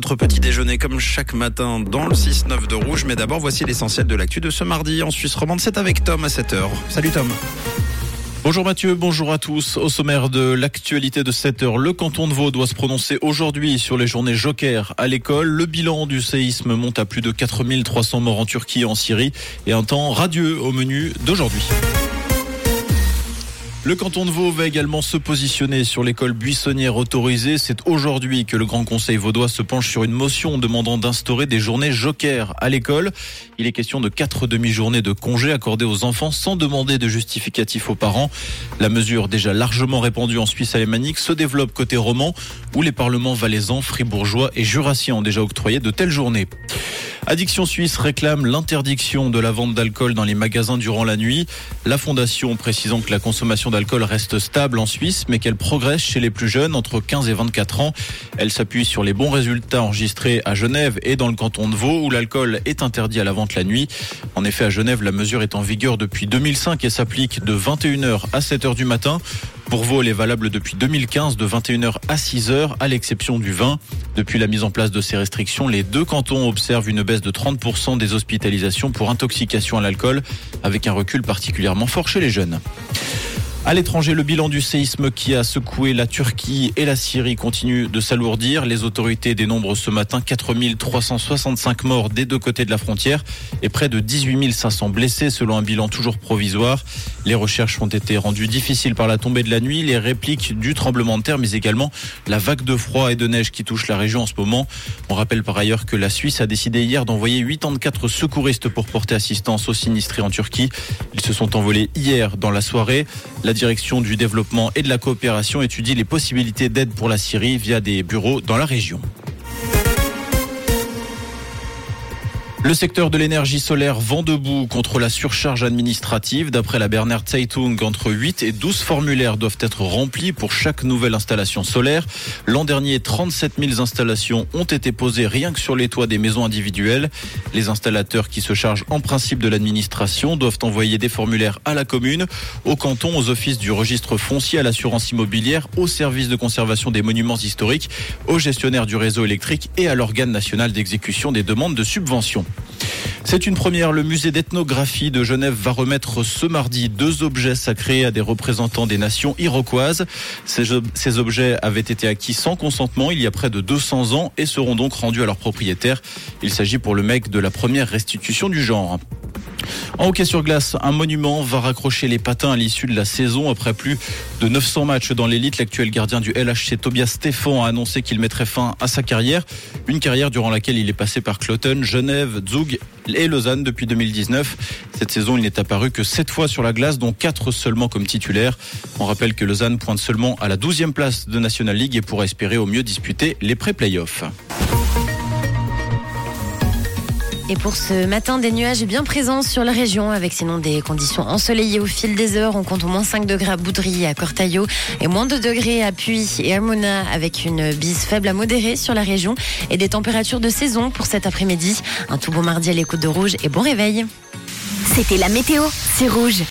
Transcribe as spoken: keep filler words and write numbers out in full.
votre petit déjeuner comme chaque matin dans le six neuf de Rouge. Mais d'abord, voici l'essentiel de l'actu de ce mardi en Suisse romande. C'est avec Tom à sept heures. Salut Tom. Bonjour Mathieu, bonjour à tous. Au sommaire de l'actualité de sept heures, le canton de Vaud doit se prononcer aujourd'hui sur les journées Joker à l'école. Le bilan du séisme monte à plus de quatre mille trois cents morts en Turquie et en Syrie et un temps radieux au menu d'aujourd'hui. Le canton de Vaud va également se positionner sur l'école buissonnière autorisée. C'est aujourd'hui que le Grand Conseil vaudois se penche sur une motion demandant d'instaurer des journées Joker à l'école. Il est question de quatre demi-journées de congés accordées aux enfants sans demander de justificatif aux parents. La mesure, déjà largement répandue en Suisse alémanique, se développe côté roman, où les parlements valaisans, fribourgeois et jurassiens ont déjà octroyé de telles journées. Addiction Suisse réclame l'interdiction de la vente d'alcool dans les magasins durant la nuit. La fondation précisant que la consommation d'alcool reste stable en Suisse, mais qu'elle progresse chez les plus jeunes, entre quinze et vingt-quatre ans. Elle s'appuie sur les bons résultats enregistrés à Genève et dans le canton de Vaud, où l'alcool est interdit à la vente la nuit. En effet, à Genève, la mesure est en vigueur depuis deux mille cinq et s'applique de vingt et une heures à sept heures du matin. Pour Vaud, elle est valable depuis deux mille quinze de vingt et une heures à six heures, à l'exception du vin. Depuis la mise en place de ces restrictions, les deux cantons observent une baisse de trente pour cent des hospitalisations pour intoxication à l'alcool, avec un recul particulièrement fort chez les jeunes. À l'étranger, le bilan du séisme qui a secoué la Turquie et la Syrie continue de s'alourdir. Les autorités dénombrent ce matin quatre mille trois cent soixante-cinq morts des deux côtés de la frontière et près de dix-huit mille cinq cents blessés selon un bilan toujours provisoire. Les recherches ont été rendues difficiles par la tombée de la nuit, les répliques du tremblement de terre, mais également la vague de froid et de neige qui touche la région en ce moment. On rappelle par ailleurs que la Suisse a décidé hier d'envoyer quatre-vingt-quatorze secouristes pour porter assistance aux sinistrés en Turquie. Ils se sont envolés hier dans la soirée. La direction du développement et de la coopération étudie les possibilités d'aide pour la Syrie via des bureaux dans la région. Le secteur de l'énergie solaire vend debout contre la surcharge administrative. D'après la Berner Zeitung, entre huit et douze formulaires doivent être remplis pour chaque nouvelle installation solaire. L'an dernier, trente-sept mille installations ont été posées rien que sur les toits des maisons individuelles. Les installateurs qui se chargent en principe de l'administration doivent envoyer des formulaires à la commune, au canton, aux offices du registre foncier, à l'assurance immobilière, au service de conservation des monuments historiques, aux gestionnaires du réseau électrique et à l'organe national d'exécution des demandes de subvention. C'est une première. Le musée d'ethnographie de Genève va remettre ce mardi deux objets sacrés à des représentants des nations iroquoises. Ces, ces objets avaient été acquis sans consentement il y a près de deux cents ans et seront donc rendus à leurs propriétaires. Il s'agit pour le M E C de la première restitution du genre. En hockey sur glace, un monument va raccrocher les patins à l'issue de la saison. Après plus de neuf cents matchs dans l'élite, l'actuel gardien du L H C, Tobias Stephan, a annoncé qu'il mettrait fin à sa carrière. Une carrière durant laquelle il est passé par Cloton, Genève, Zug et Lausanne depuis deux mille dix-neuf. Cette saison, il n'est apparu que sept fois sur la glace, dont quatre seulement comme titulaire. On rappelle que Lausanne pointe seulement à la douzième place de National League et pourra espérer au mieux disputer les pré-playoffs. Et pour ce matin, des nuages bien présents sur la région, avec sinon des conditions ensoleillées au fil des heures. On compte au moins cinq degrés à Boudry, à Cortaillot, et moins deux degrés à Puy et à Mona, avec une bise faible à modérée sur la région, et des températures de saison pour cet après-midi. Un tout bon mardi à l'écoute de Rouge et bon réveil. C'était la météo, c'est Rouge.